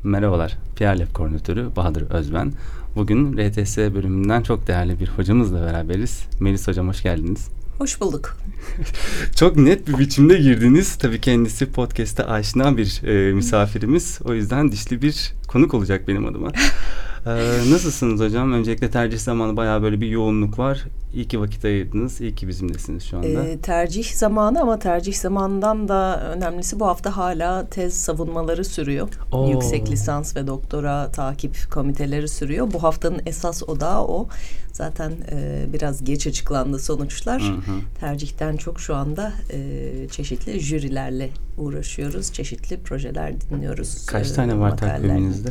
Merhabalar, PR Lab koordinatörü Bahadır Özben. Bugün RTS bölümünden çok değerli bir hocamızla beraberiz. Melis Hocam, hoş geldiniz. Hoş bulduk. Çok net bir biçimde girdiniz. Tabii kendisi podcast'te aşina bir misafirimiz. O yüzden dişli bir konuk olacak benim adıma. Nasılsınız hocam? Öncelikle tercih zamanı bayağı böyle bir yoğunluk var. İyi ki vakit ayırdınız. İyi ki bizimlesiniz şu anda. Tercih zamanı ama tercih zamanından da önemlisi bu hafta hala tez savunmaları sürüyor. Yüksek lisans ve doktora takip komiteleri sürüyor. Bu haftanın esas odağı o. Zaten biraz geç açıklandı sonuçlar. Hı hı. Tercihten çok şu anda çeşitli jürilerle uğraşıyoruz. Çeşitli projeler dinliyoruz. Kaç tane var takviminizde?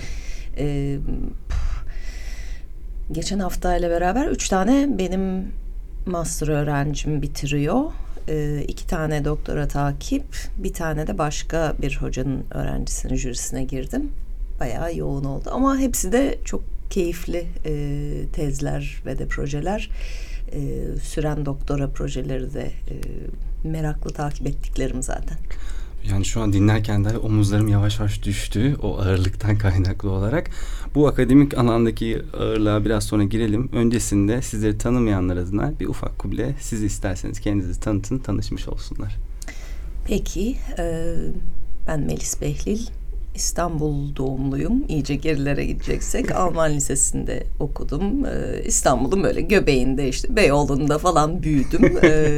Geçen haftayla beraber 3 tane benim master öğrencim bitiriyor. 2 tane doktora takip, bir tane de başka bir hocanın öğrencisinin jürisine girdim. Bayağı yoğun oldu ama hepsi de çok keyifli tezler ve de projeler. Süren doktora projeleri de meraklı takip ettiklerim zaten. Yani şu an dinlerken de omuzlarım yavaş yavaş düştü o ağırlıktan kaynaklı olarak. Bu akademik alandaki ağırlığa biraz sonra girelim. Öncesinde sizleri tanımayanlar adına bir ufak kuble, siz isterseniz kendinizi tanıtın, tanışmış olsunlar. Peki, ben Melis Behlil, İstanbul doğumluyum. İyice gerilere gideceksek Alman Lisesi'nde okudum. İstanbul'un böyle göbeğinde, işte Beyoğlu'nda falan büyüdüm.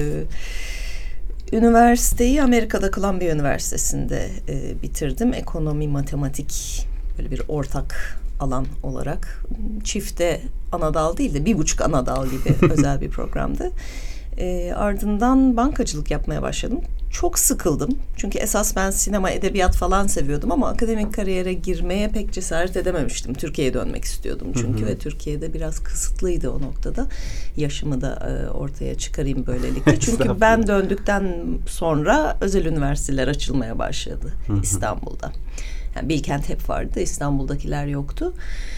Üniversiteyi Amerika'da Columbia Üniversitesi'nde bitirdim. Ekonomi, matematik, böyle bir ortak alan olarak. Çifte anadal değil de 1,5 anadal gibi özel bir programdı. Ardından bankacılık yapmaya başladım. Çok sıkıldım. Çünkü esas ben sinema, edebiyat falan seviyordum ama akademik kariyere girmeye pek cesaret edememiştim. Türkiye'ye dönmek istiyordum çünkü ve Türkiye'de biraz kısıtlıydı o noktada. Yaşımı da ortaya çıkarayım böylelikle. Çünkü ben döndükten sonra özel üniversiteler açılmaya başladı İstanbul'da. Yani Bilkent hep vardı, İstanbul'dakiler yoktu.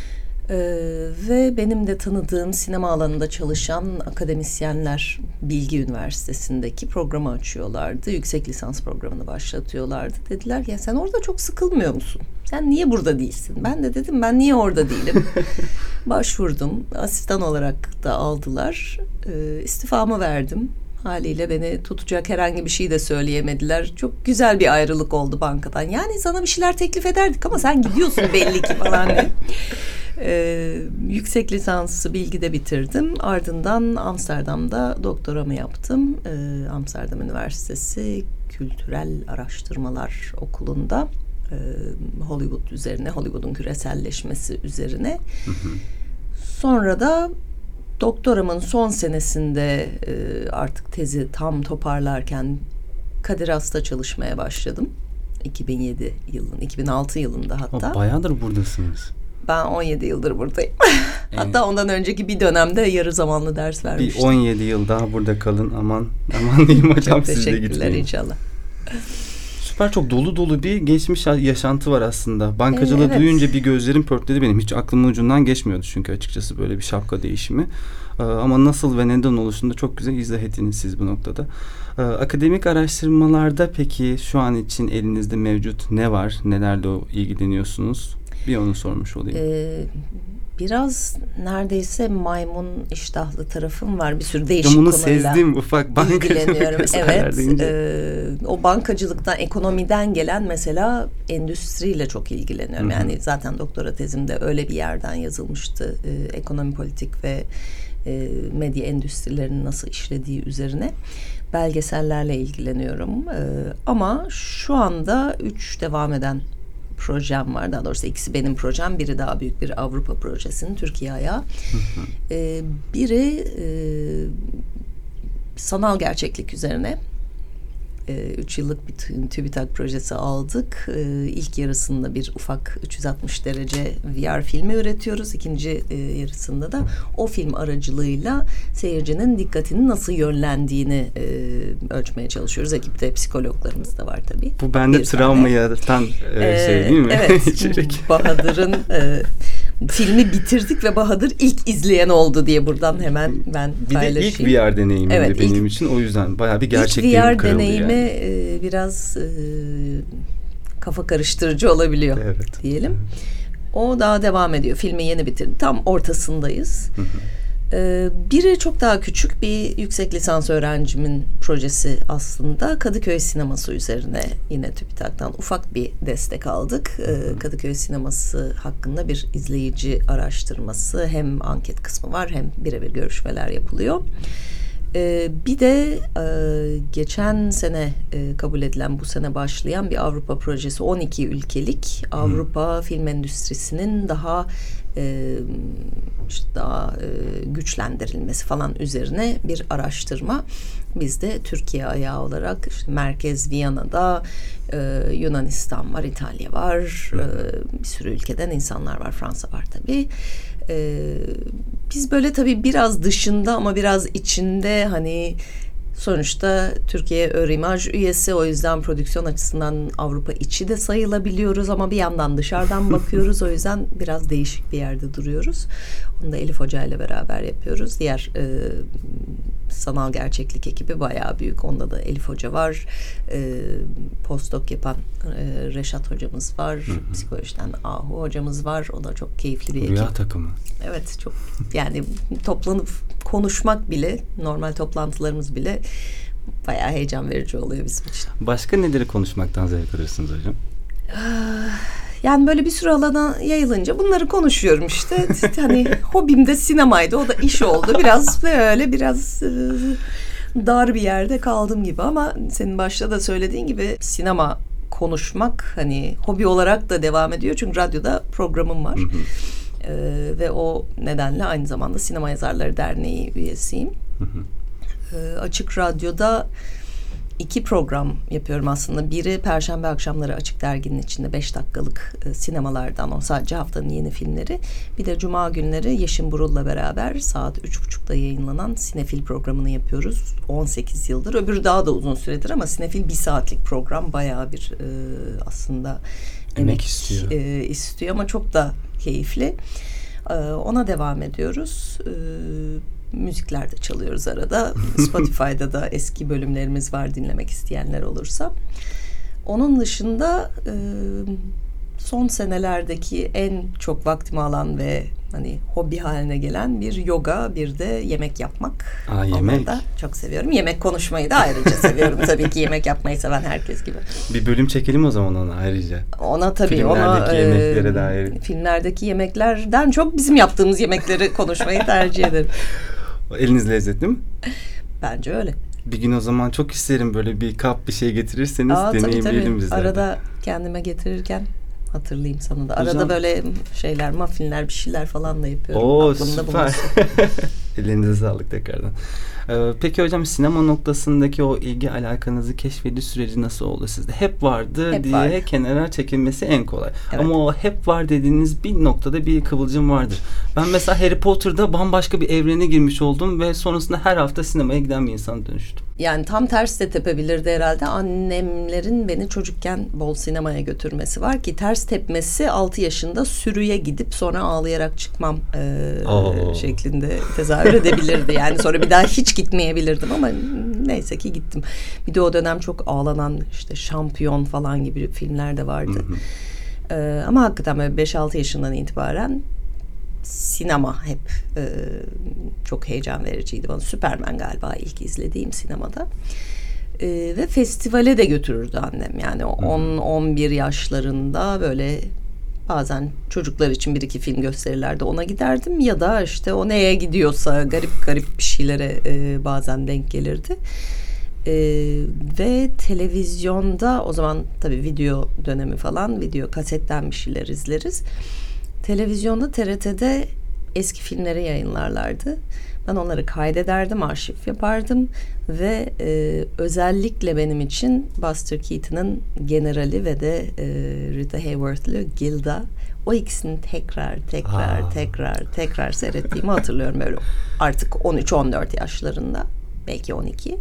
Ve benim de tanıdığım sinema alanında çalışan akademisyenler Bilgi Üniversitesi'ndeki programı açıyorlardı. Yüksek lisans programını başlatıyorlardı. Dediler ya sen orada çok sıkılmıyor musun? Sen niye burada değilsin? Ben de dedim ben niye orada değilim? Başvurdum. Asistan olarak da aldılar. İstifamı verdim. Haliyle beni tutacak herhangi bir şey de söyleyemediler. Çok güzel bir ayrılık oldu bankadan. Yani sana bir şeyler teklif ederdik ama sen gidiyorsun belli ki falan diye. Yüksek lisansı Bilgi'de bitirdim. Ardından Amsterdam'da doktoramı yaptım. Amsterdam Üniversitesi Kültürel Araştırmalar Okulu'nda Hollywood üzerine, Hollywood'un küreselleşmesi üzerine. Sonra da doktoramın son senesinde artık tezi tam toparlarken Kadir Has'ta çalışmaya başladım. 2006 yılında hatta. Bayağıdır buradasınız. Ben 17 yıldır buradayım. Hatta ondan önceki bir dönemde yarı zamanlı ders vermiştim. Bir 17 yıl daha burada kalın. Aman diyeyim hocam, siz de gitmeyin. Teşekkürler inşallah. Süper, çok dolu bir geçmiş yaşantı var aslında. Bankacılığı evet. Duyunca bir gözlerim pörtledi benim. Hiç aklımın ucundan geçmiyordu çünkü açıkçası böyle bir şapka değişimi. Ama nasıl ve neden oluşunu da çok güzel izah ettiniz siz bu noktada. Akademik araştırmalarda peki şu an için elinizde mevcut ne var? Nelerle ilgileniyorsunuz? Bir onu sormuş olayım. Biraz neredeyse maymun iştahlı tarafım var. Bir sürü değişik konuyla sezdim, ufak bankacılık. Evet. O bankacılıktan, ekonomiden gelen mesela endüstriyle çok ilgileniyorum. Yani zaten doktora tezimde öyle bir yerden yazılmıştı. Ekonomi, politik ve medya endüstrilerinin nasıl işlediği üzerine belgesellerle ilgileniyorum. Ama şu anda 3 devam eden projem var. Daha doğrusu ikisi benim projem. Biri daha büyük bir Avrupa projesinin Türkiye ayağı. Biri sanal gerçeklik üzerine. 3 yıllık bir TÜBİTAK projesi aldık. İlk yarısında bir ufak 360 derece VR filmi üretiyoruz. İkinci yarısında da o film aracılığıyla seyircinin dikkatini nasıl yönlendiğini ölçmeye çalışıyoruz. Ekipte psikologlarımız da var tabii. Bu bende travma yaratan şey değil mi? Evet. Bahadır'ın filmi bitirdik ve Bahadır ilk izleyen oldu diye buradan hemen ben paylaşayım. Bir de ilk VR deneyimiydi benim için. O yüzden bayağı bir gerçekliğim kırıldı. İlk VR deneyimi biraz kafa karıştırıcı olabiliyor diyelim. O daha devam ediyor. Filmi yeni bitirdi. Tam ortasındayız. Biri çok daha küçük bir yüksek lisans öğrencimin projesi aslında. Kadıköy sineması üzerine yine TÜBİTAK'tan ufak bir destek aldık. Kadıköy sineması hakkında bir izleyici araştırması, hem anket kısmı var hem birebir görüşmeler yapılıyor. Bir de geçen sene kabul edilen, bu sene başlayan bir Avrupa projesi, 12 ülkelik Avrupa film endüstrisinin daha güçlendirilmesi falan üzerine bir araştırma. Biz de Türkiye ayağı olarak işte merkez Viyana'da, Yunanistan var, İtalya var, bir sürü ülkeden insanlar var, Fransa var tabii. Biz böyle tabii biraz dışında ama biraz içinde, hani sonuçta Türkiye Eurimaj üyesi, o yüzden prodüksiyon açısından Avrupa içi de sayılabiliyoruz ama bir yandan dışarıdan bakıyoruz, o yüzden biraz değişik bir yerde duruyoruz. Onu da Elif Hoca ile beraber yapıyoruz. Diğer sanal gerçeklik ekibi bayağı büyük. Onda da Elif Hoca var. Postdoc yapan Reşat hocamız var. Psikolojiden Ahu hocamız var. O da çok keyifli bir ekip. Rüya takımı. Evet, çok yani toplanıp konuşmak bile, normal toplantılarımız bile bayağı heyecan verici oluyor bizim için. Başka neleri konuşmaktan zevk alırsınız hocam? Yani böyle bir sürü alana yayılınca bunları konuşuyorum işte. Hani hobim de sinemaydı, o da iş oldu. Biraz dar bir yerde kaldım gibi, ama senin başta da söylediğin gibi sinema konuşmak hani hobi olarak da devam ediyor. Çünkü radyoda programım var. Ve o nedenle aynı zamanda Sinema Yazarları Derneği üyesiyim. Açık Radyo'da 2 program yapıyorum aslında. Biri Perşembe akşamları Açık Dergi'nin içinde 5 dakikalık sinemalardan, o sadece haftanın yeni filmleri. Bir de Cuma günleri Yeşim Burul'la beraber saat 3.30'da yayınlanan Sinefil programını yapıyoruz. 18 yıldır. Öbürü daha da uzun süredir ama Sinefil 1 saatlik program. Bayağı bir aslında emek istiyor ama çok da keyifli. Ona devam ediyoruz. Müzikler de çalıyoruz arada. Spotify'da da eski bölümlerimiz var, dinlemek isteyenler olursa. Onun dışında son senelerdeki en çok vaktimi alan ve hani hobi haline gelen bir yoga, bir de yemek yapmak. Yemek. Da çok seviyorum. Yemek konuşmayı da ayrıca seviyorum. Tabii ki yemek yapmayı seven herkes gibi. Bir bölüm çekelim o zaman ona ayrıca. Ona tabii. Filmlerdeki yemeklere dair. Filmlerdeki yemeklerden çok bizim yaptığımız yemekleri konuşmayı tercih ederim. Eliniz lezzetli mi? Bence öyle. Bir gün o zaman çok isterim, böyle bir kap bir şey getirirseniz deneyimleyelim bizler de. Arada kendime getirirken hatırlayayım sana da. Hocam, arada böyle şeyler, muffinler, bir şeyler falan da yapıyorum. Oo, aklımda süper. Elinize sağlık tekrardan. Peki hocam, sinema noktasındaki o ilgi alakanızı keşfediş süreci nasıl oldu sizde? Hep vardı hep diye vardı. Kenara çekilmesi en kolay. Evet. Ama o hep var dediğiniz bir noktada bir kıvılcım vardır. Ben mesela Harry Potter'da bambaşka bir evrene girmiş oldum ve sonrasında her hafta sinemaya giden bir insana dönüştüm. Yani tam tersi de tepebilirdi herhalde. Annemlerin beni çocukken bol sinemaya götürmesi var ki ters tepmesi 6 yaşında sürüye gidip sonra ağlayarak çıkmam şeklinde tezahür edebilirdi. Yani sonra bir daha hiç gitmeyebilirdim ama neyse ki gittim. Bir de o dönem çok ağlanan işte Şampiyon falan gibi filmler de vardı. Ama hakikaten böyle 5-6 yaşından itibaren sinema hep çok heyecan vericiydi bana. Superman galiba ilk izlediğim sinemada. Ve festivale de götürürdü annem. Yani 10-11 yaşlarında böyle bazen çocuklar için 1-2 film gösterilerde ona giderdim. Ya da işte o neye gidiyorsa garip bir şeylere bazen denk gelirdi. Ve televizyonda o zaman tabii video dönemi falan, video kasetten bir şeyler izleriz. Televizyonda TRT'de eski filmleri yayınlarlardı. Ben onları kaydederdim, arşiv yapardım ve özellikle benim için Buster Keaton'ın Generali ve de Rita Hayworth'lu Gilda, o ikisini tekrar seyrettiğimi hatırlıyorum, böyle artık 13-14 yaşlarında, belki 12.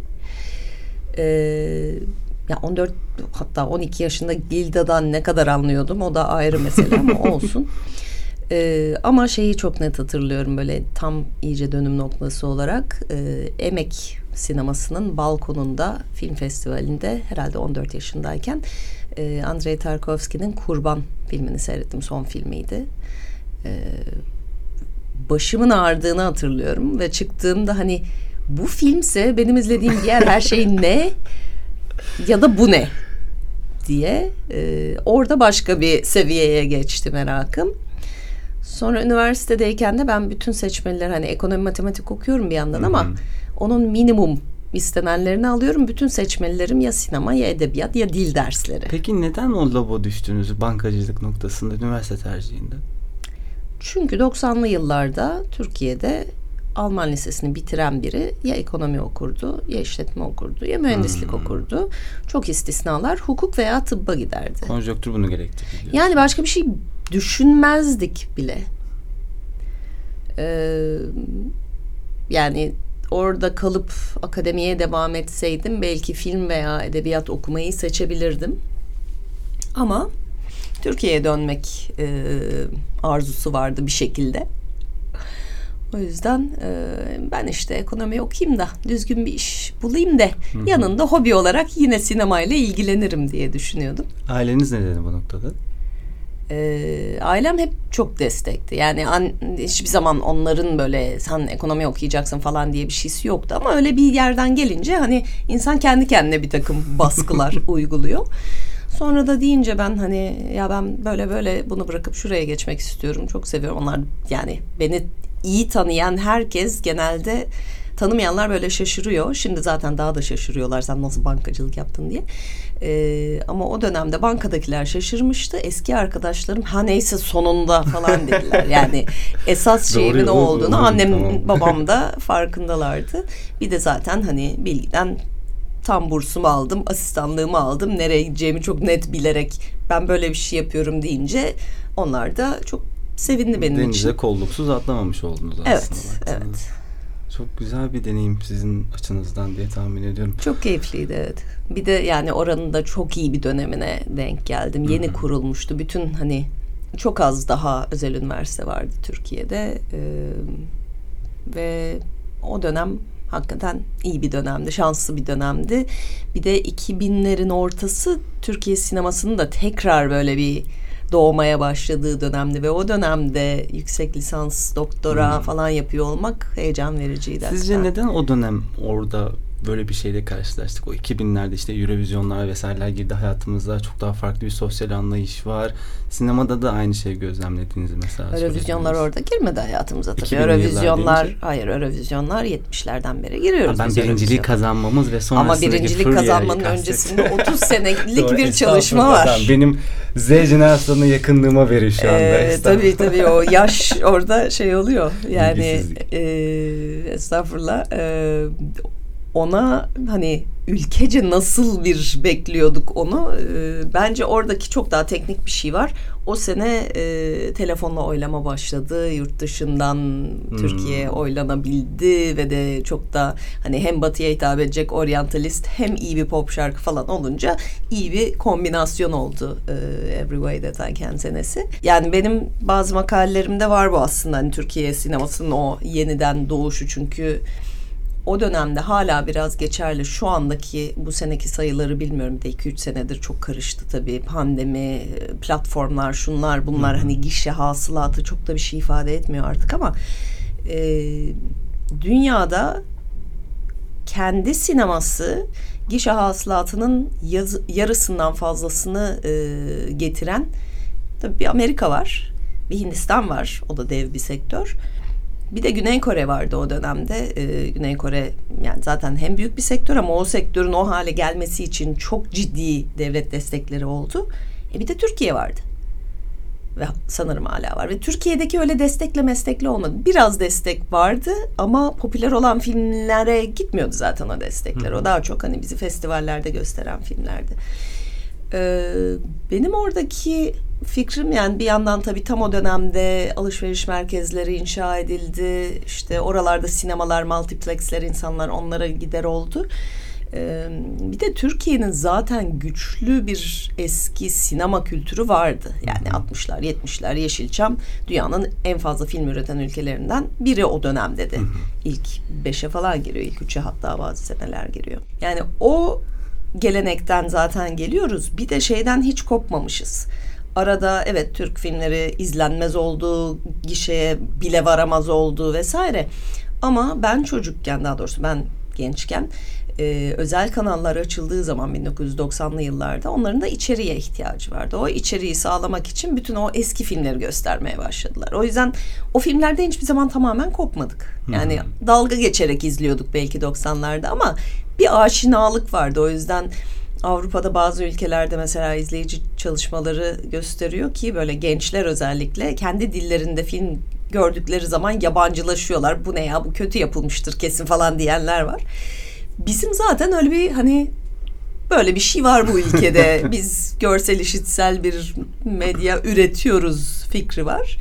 Ya 14 hatta 12 yaşında Gilda'dan ne kadar anlıyordum, o da ayrı mesele ama olsun. Ama şeyi çok net hatırlıyorum, böyle tam iyice dönüm noktası olarak Emek sinemasının balkonunda film festivalinde herhalde 14 yaşındayken Andrei Tarkovski'nin Kurban filmini seyrettim. Son filmiydi. Başımın ağrıdığını hatırlıyorum ve çıktığımda hani bu filmse benim izlediğim diğer her şey ne ya da bu ne diye orada başka bir seviyeye geçti merakım. Sonra üniversitedeyken de ben bütün seçmeliler, hani ekonomi matematik okuyorum bir yandan ama onun minimum istenenlerini alıyorum. Bütün seçmelilerim ya sinema ya edebiyat ya dil dersleri. Peki neden o lobo düştünüz bankacılık noktasında üniversite tercihinde? Çünkü 90'lı yıllarda Türkiye'de Alman lisesini bitiren biri ya ekonomi okurdu, ya işletme okurdu, ya mühendislik okurdu. Çok istisnalar hukuk veya tıbba giderdi. Konjonktür bunu gerektiriyor. Yani başka bir şey düşünmezdik bile. Yani orada kalıp akademiye devam etseydim belki film veya edebiyat okumayı seçebilirdim. Ama Türkiye'ye dönmek arzusu vardı bir şekilde. O yüzden ben işte ekonomi okuyayım da düzgün bir iş bulayım da yanında hobi olarak yine sinemayla ilgilenirim diye düşünüyordum. Aileniz ne dedi bu noktada? Ailem hep çok destekti. Yani hiçbir zaman onların böyle sen ekonomi okuyacaksın falan diye bir şeysi yoktu. Ama öyle bir yerden gelince hani insan kendi kendine bir takım baskılar uyguluyor. Sonra da deyince ben hani ya ben böyle bunu bırakıp şuraya geçmek istiyorum. Çok seviyorum. Onlar yani beni iyi tanıyan herkes, genelde tanımayanlar böyle şaşırıyor. Şimdi zaten daha da şaşırıyorlar sen nasıl bankacılık yaptın diye. Ama o dönemde bankadakiler şaşırmıştı. Eski arkadaşlarım ha neyse sonunda falan dediler. Yani esas şeyimin o olduğunu annem babam da farkındalardı. Bir de zaten hani bilgiden tam bursumu aldım, asistanlığımı aldım. Nereye gideceğimi çok net bilerek ben böyle bir şey yapıyorum deyince onlar da çok sevindi benim için. Denize kolluksuz atlamamış oldunuz aslında. Evet. Çok güzel bir deneyim sizin açınızdan diye tahmin ediyorum. Çok keyifliydi, evet. Bir de yani oranın da çok iyi bir dönemine denk geldim. Yeni kurulmuştu. Bütün hani çok az daha özel üniversite vardı Türkiye'de. Ve o dönem hakikaten iyi bir dönemdi. Şanslı bir dönemdi. Bir de 2000'lerin ortası Türkiye sinemasının da tekrar böyle bir doğmaya başladığı dönemdi ve o dönemde yüksek lisans, doktora falan yapıyor olmak heyecan vericiydi. Sizce hakikaten. neden o dönem orada böyle bir şeyle karşılaştık? O 2000'lerde işte Eurovizyonlar vesaireler girdi hayatımıza. Çok daha farklı bir sosyal anlayış var. Sinemada da aynı şeyi gözlemlediğinizi mesela Eurovizyonlar orada girmedi hayatımıza tabii. 2000'li Eurovizyonlar 70'lerden beri giriyoruz. Ben birinciliği kazanmamız ve sonrasındaki ama birincilik kazanmanın öncesinde 30 senelik bir çalışma var. Benim Z jenerasyonuna yakınlığıma verir şu anda. Tabii o yaş orada şey oluyor. Yani estağfurullah. Ona hani ülkece nasıl bir bekliyorduk onu, bence oradaki çok daha teknik bir şey var. O sene telefonla oylama başladı. Yurt dışından Türkiye'ye oylanabildi ve de çok da hani hem batıya hitap edecek oryantalist hem iyi bir pop şarkı falan olunca iyi bir kombinasyon oldu Every Way That I Can senesi. Yani benim bazı makalelerimde var bu aslında, hani Türkiye sinemasının o yeniden doğuşu, çünkü o dönemde hala biraz geçerli. Şu andaki bu seneki sayıları bilmiyorum. Bir de 2-3 senedir çok karıştı tabii. Pandemi, platformlar, şunlar bunlar, hani gişe hasılatı çok da bir şey ifade etmiyor artık ama dünyada kendi sineması gişe hasılatının yarısından fazlasını getiren tabii bir Amerika var. Bir Hindistan var. O da dev bir sektör. Bir de Güney Kore vardı o dönemde. Güney Kore yani zaten hem büyük bir sektör ama o sektörün o hale gelmesi için çok ciddi devlet destekleri oldu. Bir de Türkiye vardı. Ve sanırım hala var. Ve Türkiye'deki öyle destekle olmadı. Biraz destek vardı ama popüler olan filmlere gitmiyordu zaten o destekler. O daha çok hani bizi festivallerde gösteren filmlerdi. Benim oradaki fikrim, yani bir yandan tabii tam o dönemde alışveriş merkezleri inşa edildi. İşte oralarda sinemalar, multiplexler, insanlar onlara gider oldu. Bir de Türkiye'nin zaten güçlü bir eski sinema kültürü vardı. Yani 60'lar, 70'ler Yeşilçam dünyanın en fazla film üreten ülkelerinden biri o dönemde de. İlk 5'e falan giriyor, ilk 3'e hatta bazı seneler giriyor. Yani o gelenekten zaten geliyoruz. Bir de şeyden hiç kopmamışız. Arada evet Türk filmleri izlenmez oldu, gişeye bile varamaz oldu vesaire. Ama ben çocukken, daha doğrusu ben gençken özel kanallar açıldığı zaman 1990'lı yıllarda onların da içeriğe ihtiyacı vardı. O içeriği sağlamak için bütün o eski filmleri göstermeye başladılar. O yüzden o filmlerden hiçbir zaman tamamen kopmadık. Yani dalga geçerek izliyorduk belki 90'larda ama bir aşinalık vardı. O yüzden Avrupa'da bazı ülkelerde mesela izleyici çalışmaları gösteriyor ki böyle gençler özellikle kendi dillerinde film gördükleri zaman yabancılaşıyorlar. Bu ne ya, bu kötü yapılmıştır kesin falan diyenler var. Bizim zaten öyle bir hani böyle bir şey var bu ülkede. Biz görsel işitsel bir medya üretiyoruz fikri var.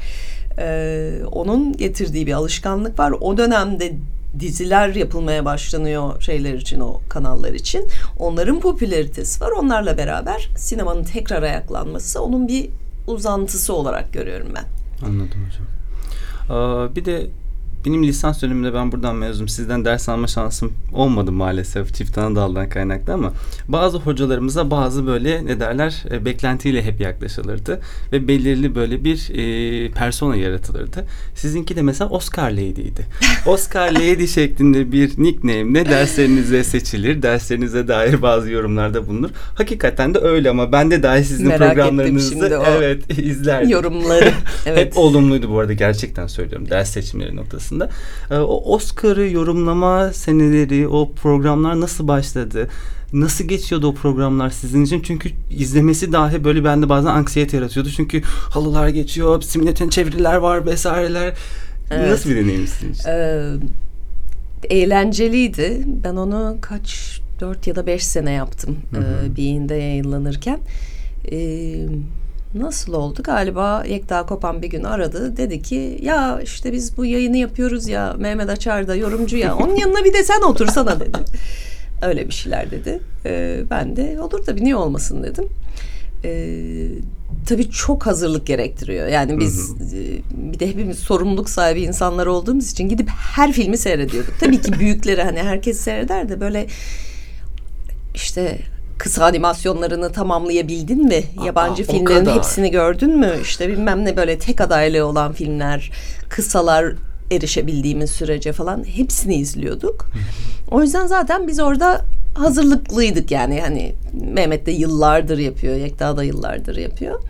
Onun getirdiği bir alışkanlık var. O dönemde diziler yapılmaya başlanıyor şeyler için, o kanallar için. Onların popülaritesi var. Onlarla beraber sinemanın tekrar ayaklanması onun bir uzantısı olarak görüyorum ben. Anladım hocam. Bir de benim lisans döneminde ben buradan mezunum. Sizden ders alma şansım olmadı maalesef çift ana daldan kaynaklı ama bazı hocalarımıza bazı böyle ne derler beklentiyle hep yaklaşılırdı ve belirli böyle bir persona yaratılırdı. Sizinki de mesela Oscar Lady'ydi. Oscar Lady şeklinde bir nickname'le derslerinize seçilir. Derslerinize dair bazı yorumlarda bulunur. Hakikaten de öyle ama ben de dahi sizin programlarınızı evet izlerdim. Yorumları. Evet. Hep olumluydu bu arada, gerçekten söylüyorum ders seçimleri noktasında. O Oscar'ı yorumlama seneleri, o programlar nasıl başladı? Nasıl geçiyordu o programlar sizin için? Çünkü izlemesi dahi böyle bende bazen anksiyete yaratıyordu. Çünkü halılar geçiyor, simültane çeviriler var vesaireler. Evet. Nasıl bir deneyim sizin için? Eğlenceliydi. Ben onu 4 ya da 5 sene yaptım. Bean'de yayınlanırken. Nasıl oldu? Galiba Yekta Kopan bir gün aradı. Dedi ki ya işte biz bu yayını yapıyoruz ya, Mehmet Açar da yorumcu ya, onun yanına bir de sen otursana dedi. Öyle bir şeyler dedi. Ben de olur tabii, niye olmasın dedim. Tabii çok hazırlık gerektiriyor. Yani biz bir de hepimiz sorumluluk sahibi insanlar olduğumuz için gidip her filmi seyrediyorduk. Tabii ki büyükleri hani herkes seyreder de böyle işte kısa animasyonlarını tamamlayabildin mi? Yabancı filmlerin hepsini gördün mü? İşte bilmem ne, böyle tek adaylığı olan filmler, kısalar erişebildiğimiz sürece falan hepsini izliyorduk. O yüzden zaten biz orada hazırlıklıydık yani. Hani Mehmet de yıllardır yapıyor, Yekta da yıllardır yapıyor.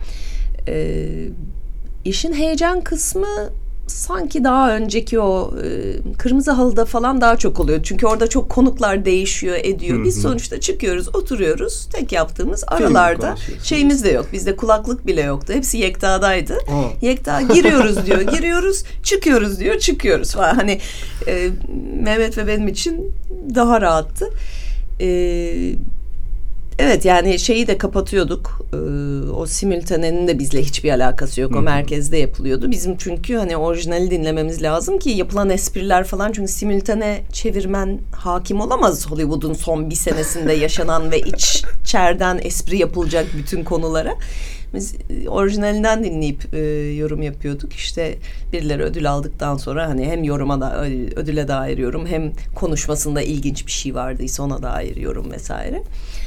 İşin heyecan kısmı sanki daha önceki o Kırmızı Halı'da falan daha çok oluyor. Çünkü orada çok konuklar değişiyor, ediyor. Biz sonuçta çıkıyoruz, oturuyoruz. Tek yaptığımız aralarda şeyimiz de yok. Bizde kulaklık bile yoktu. Hepsi Yekta'daydı. Yekta giriyoruz diyor, giriyoruz, çıkıyoruz diyor, çıkıyoruz falan. Hani Mehmet ve benim için daha rahattı. Evet, yani şeyi de kapatıyorduk. O simültanenin de bizle hiçbir alakası yok. O merkezde yapılıyordu. Bizim çünkü hani orijinali dinlememiz lazım ki yapılan espriler falan. Çünkü simültane çevirmen hakim olamaz Hollywood'un son bir senesinde yaşanan ve içeriden espri yapılacak bütün konulara. Biz orijinalinden dinleyip yorum yapıyorduk. İşte birileri ödül aldıktan sonra hani hem yoruma da ödüle dair yorum, hem konuşmasında ilginç bir şey vardıysa ona dair yorum vesaire.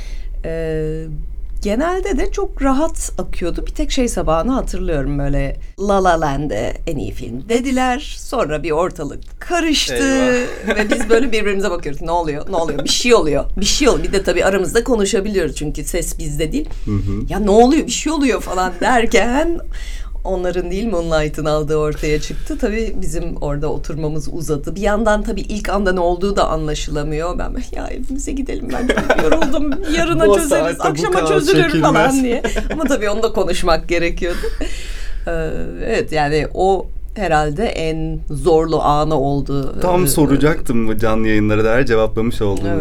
Genelde de çok rahat akıyordu. Bir tek şey sabahını hatırlıyorum, böyle La La Land'e en iyi film dediler. Sonra bir ortalık karıştı ve biz böyle birbirimize bakıyoruz. Ne oluyor? Ne oluyor? Bir şey oluyor. Bir şey oluyor. Bir de tabii aramızda konuşabiliyoruz çünkü ses bizde değil. Ya ne oluyor? Bir şey oluyor falan derken onların değil Moonlight'ın aldığı ortaya çıktı. Tabii bizim orada oturmamız uzadı. Bir yandan tabii ilk anda ne olduğu da anlaşılamıyor. Ben ya evimize gidelim, ben çok yoruldum. Yarına çözeriz, akşama çözülür falan diye. Ama tabii onu da konuşmak gerekiyordu. Evet, yani o herhalde en zorlu anı oldu. Tam soracaktım bu canlı yayınlara dair, cevaplamış oldunuz. Evet.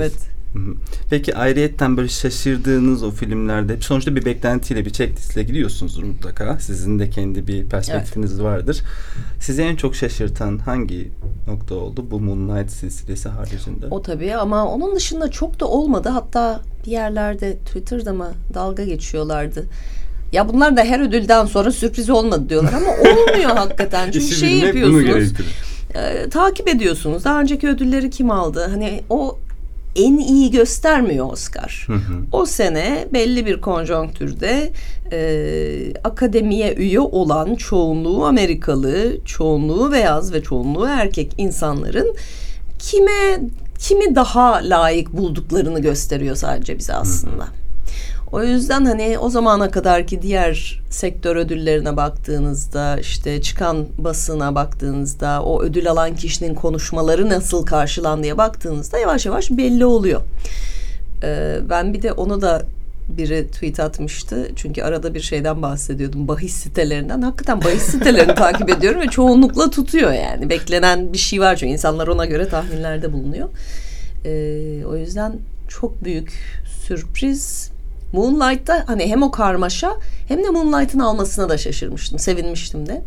Peki ayrıyetten böyle şaşırdığınız o filmlerde sonuçta bir beklentiyle, bir checklist'le gidiyorsunuzdur mutlaka. Sizin de kendi bir perspektifiniz vardır. Sizi en çok şaşırtan hangi nokta oldu bu Moonlight silsilesi haricinde? O tabii, ama onun dışında çok da olmadı. Hatta bir yerlerde Twitter'da mı dalga geçiyorlardı. Ya bunlar da her ödülden sonra sürpriz olmadı diyorlar ama olmuyor hakikaten. Çünkü şey yapıyorsunuz, takip ediyorsunuz. Daha önceki ödülleri kim aldı? Hani o en iyi göstermiyor Oscar. O sene belli bir konjonktürde akademiye üye olan çoğunluğu Amerikalı, çoğunluğu beyaz ve çoğunluğu erkek insanların kimi daha layık bulduklarını gösteriyor sadece bize aslında. O yüzden hani o zamana kadarki diğer sektör ödüllerine baktığınızda, işte çıkan basına baktığınızda, o ödül alan kişinin konuşmaları nasıl karşılandıya baktığınızda yavaş yavaş belli oluyor. Ben bir de onu da biri tweet atmıştı. Çünkü arada bir şeyden bahsediyordum. Bahis sitelerinden. Hakikaten bahis sitelerini takip ediyorum ve çoğunlukla tutuyor yani. Beklenen bir şey var çünkü insanlar ona göre tahminlerde bulunuyor. O yüzden çok büyük sürpriz. Moonlight'ta hani hem o karmaşa hem de Moonlight'ın almasına da şaşırmıştım. Sevinmiştim de.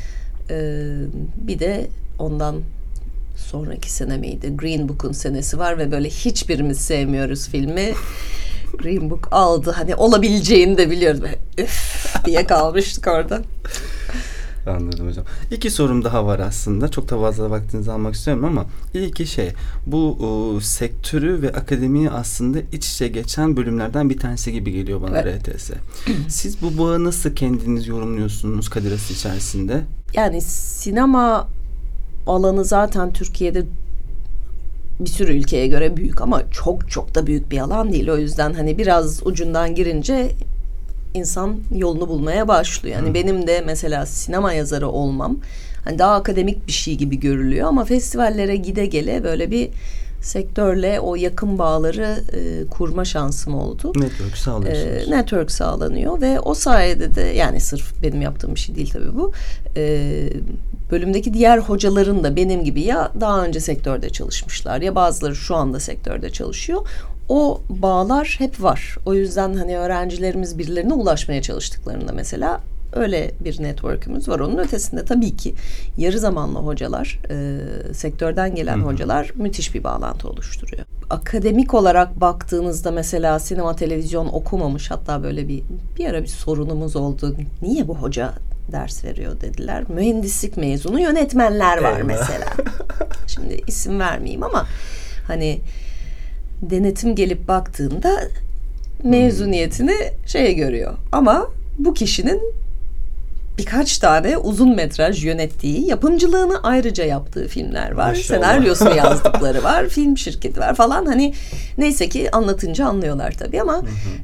Bir de ondan sonraki sene miydi? Green Book'un senesi var ve böyle hiçbirimiz sevmiyoruz filmi. Green Book aldı. Hani olabileceğini de biliyoruz. Üf diye kalmıştık orada. Anladım hocam. 2 sorum daha var aslında. Çok da fazla vaktinizi almak istiyorum ama ilki bu sektörü ve akademiyi aslında iç içe geçen bölümlerden bir tanesi gibi geliyor bana, evet. RTS. Siz bu bağı nasıl kendiniz yorumluyorsunuz Kadir Has içerisinde? Yani sinema alanı zaten Türkiye'de bir sürü ülkeye göre büyük ama çok çok da büyük bir alan değil. O yüzden hani biraz ucundan girince insan yolunu bulmaya başlıyor. Yani benim de mesela sinema yazarı olmam hani daha akademik bir şey gibi görülüyor ama festivallere gide gele böyle bir sektörle o yakın bağları kurma şansım oldu. Network sağlıyorsunuz. Network sağlanıyor ve o sayede de, yani sırf benim yaptığım bir şey değil tabii bu. Bölümdeki diğer hocaların da benim gibi ya daha önce sektörde çalışmışlar ya bazıları şu anda sektörde çalışıyor. O bağlar hep var. O yüzden hani öğrencilerimiz birilerine ulaşmaya çalıştıklarında mesela öyle bir network'ümüz var. Onun ötesinde tabii ki yarı zamanlı hocalar, sektörden gelen hocalar müthiş bir bağlantı oluşturuyor. Akademik olarak baktığınızda mesela sinema televizyon okumamış, hatta böyle bir ara bir sorunumuz oldu. Niye bu hoca ders veriyor dediler. Mühendislik mezunu yönetmenler var mesela. Şimdi isim vermeyeyim ama hani denetim gelip baktığında mezuniyetini görüyor. Ama bu kişinin birkaç tane uzun metraj yönettiği, yapımcılığını ayrıca yaptığı filmler var. Maşallah. Senaryosunu yazdıkları var. Film şirketi var falan. Hani neyse ki anlatınca anlıyorlar tabii ama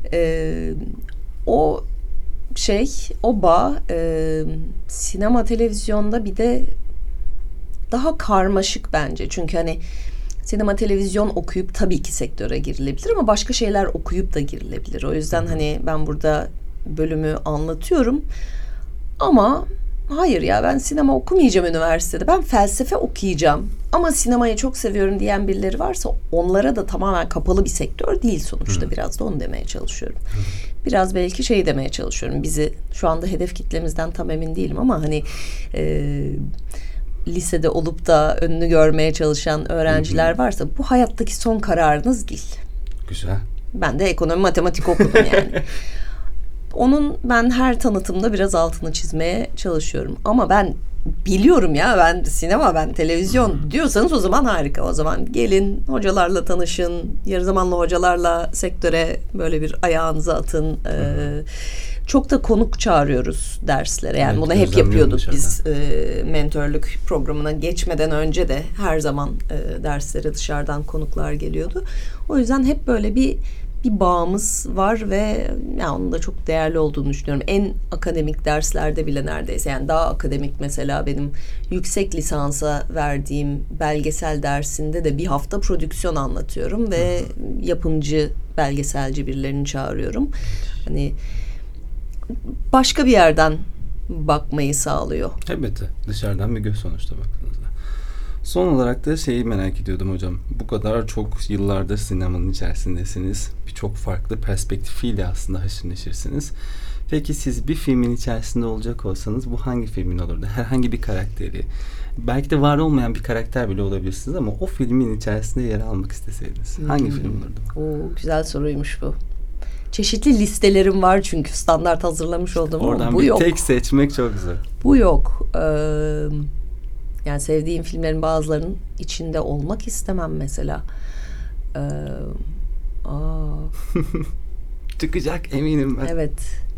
o bağ sinema televizyonda bir de daha karmaşık bence. Çünkü hani sinema televizyon okuyup tabii ki sektöre girilebilir ama başka şeyler okuyup da girilebilir. O yüzden hani ben burada bölümü anlatıyorum ama hayır ya ben sinema okumayacağım üniversitede. Ben felsefe okuyacağım ama sinemayı çok seviyorum diyen birileri varsa onlara da tamamen kapalı bir sektör değil sonuçta. Biraz da onu demeye çalışıyorum. Biraz belki demeye çalışıyorum. Bizi şu anda hedef kitlemizden tam emin değilim ama hani lisede olup da önünü görmeye çalışan öğrenciler varsa bu hayattaki son kararınız değil. Güzel. Ben de ekonomi matematik okudum yani. Onun ben her tanıtımda biraz altını çizmeye çalışıyorum. Ama ben biliyorum ya ben sinema, ben televizyon diyorsanız o zaman harika. O zaman gelin hocalarla tanışın. Yarı zamanlı hocalarla sektöre böyle bir ayağınızı atın. Çok da konuk çağırıyoruz derslere. Yani bunu hep yapıyorduk biz mentörlük programına geçmeden önce de her zaman derslere dışarıdan konuklar geliyordu. O yüzden hep böyle bir bağımız var ve yani onun da çok değerli olduğunu düşünüyorum. En akademik derslerde bile neredeyse, yani daha akademik mesela benim yüksek lisansa verdiğim belgesel dersinde de bir hafta prodüksiyon anlatıyorum ve yapımcı, belgeselci birilerini çağırıyorum. Hani başka bir yerden bakmayı sağlıyor. Elbette. Dışarıdan bir göz sonuçta baktığınızda. Son olarak da şeyi merak ediyordum hocam. Bu kadar çok yıllardır sinemanın içerisindesiniz. Birçok farklı perspektifiyle aslında haşır neşirsiniz. Peki siz bir filmin içerisinde olacak olsanız bu hangi filmin olurdu? Herhangi bir karakteri. Belki de var olmayan bir karakter bile olabilirsiniz ama o filmin içerisinde yer almak isteseydiniz. Hangi film olurdu? Oo, güzel soruymuş bu. Çeşitli listelerim var çünkü standart hazırlamış oldum ama Oradan bu bir yok. tek seçmek çok zor. Bu yok. Yani sevdiğim filmlerin bazılarının içinde olmak istemem mesela. Çıkacak eminim ben. Evet.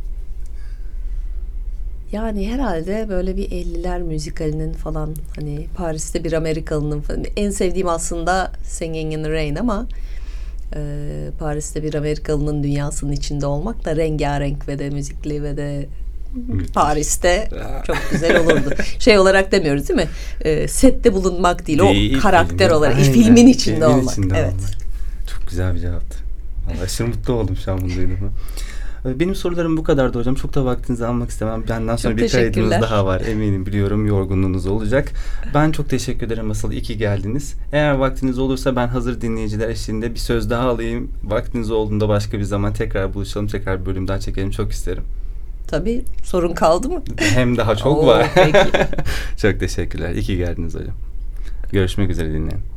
Yani herhalde böyle bir 50'ler müzikalinin falan, hani Paris'te bir Amerikalı'nın falan. En sevdiğim aslında Singing in the Rain ama Paris'te bir Amerikalı'nın dünyasının içinde olmak da rengarenk ve de müzikli ve de Paris'te çok güzel olurdu. Şey olarak demiyoruz değil mi? Sette bulunmak değil, o karakter olarak, filmin içinde olmak. Evet. Çok güzel bir cevaptı. Vallahi aşırı mutlu oldum şu an bunu duyduğuma. Benim sorularım bu kadardı hocam. Çok da vaktinizi almak istemem. Benden sonra bir kaydınız daha var. Eminim, biliyorum yorgunluğunuz olacak. Ben çok teşekkür ederim asıl. İyi ki geldiniz. Eğer vaktiniz olursa ben hazır dinleyiciler eşliğinde bir söz daha alayım. Vaktiniz olduğunda başka bir zaman tekrar buluşalım. Tekrar bir bölüm daha çekelim. Çok isterim. Tabii. Sorun kaldı mı? Hem daha çok var. Peki. Çok teşekkürler. İyi ki geldiniz hocam. Görüşmek üzere dinleyin.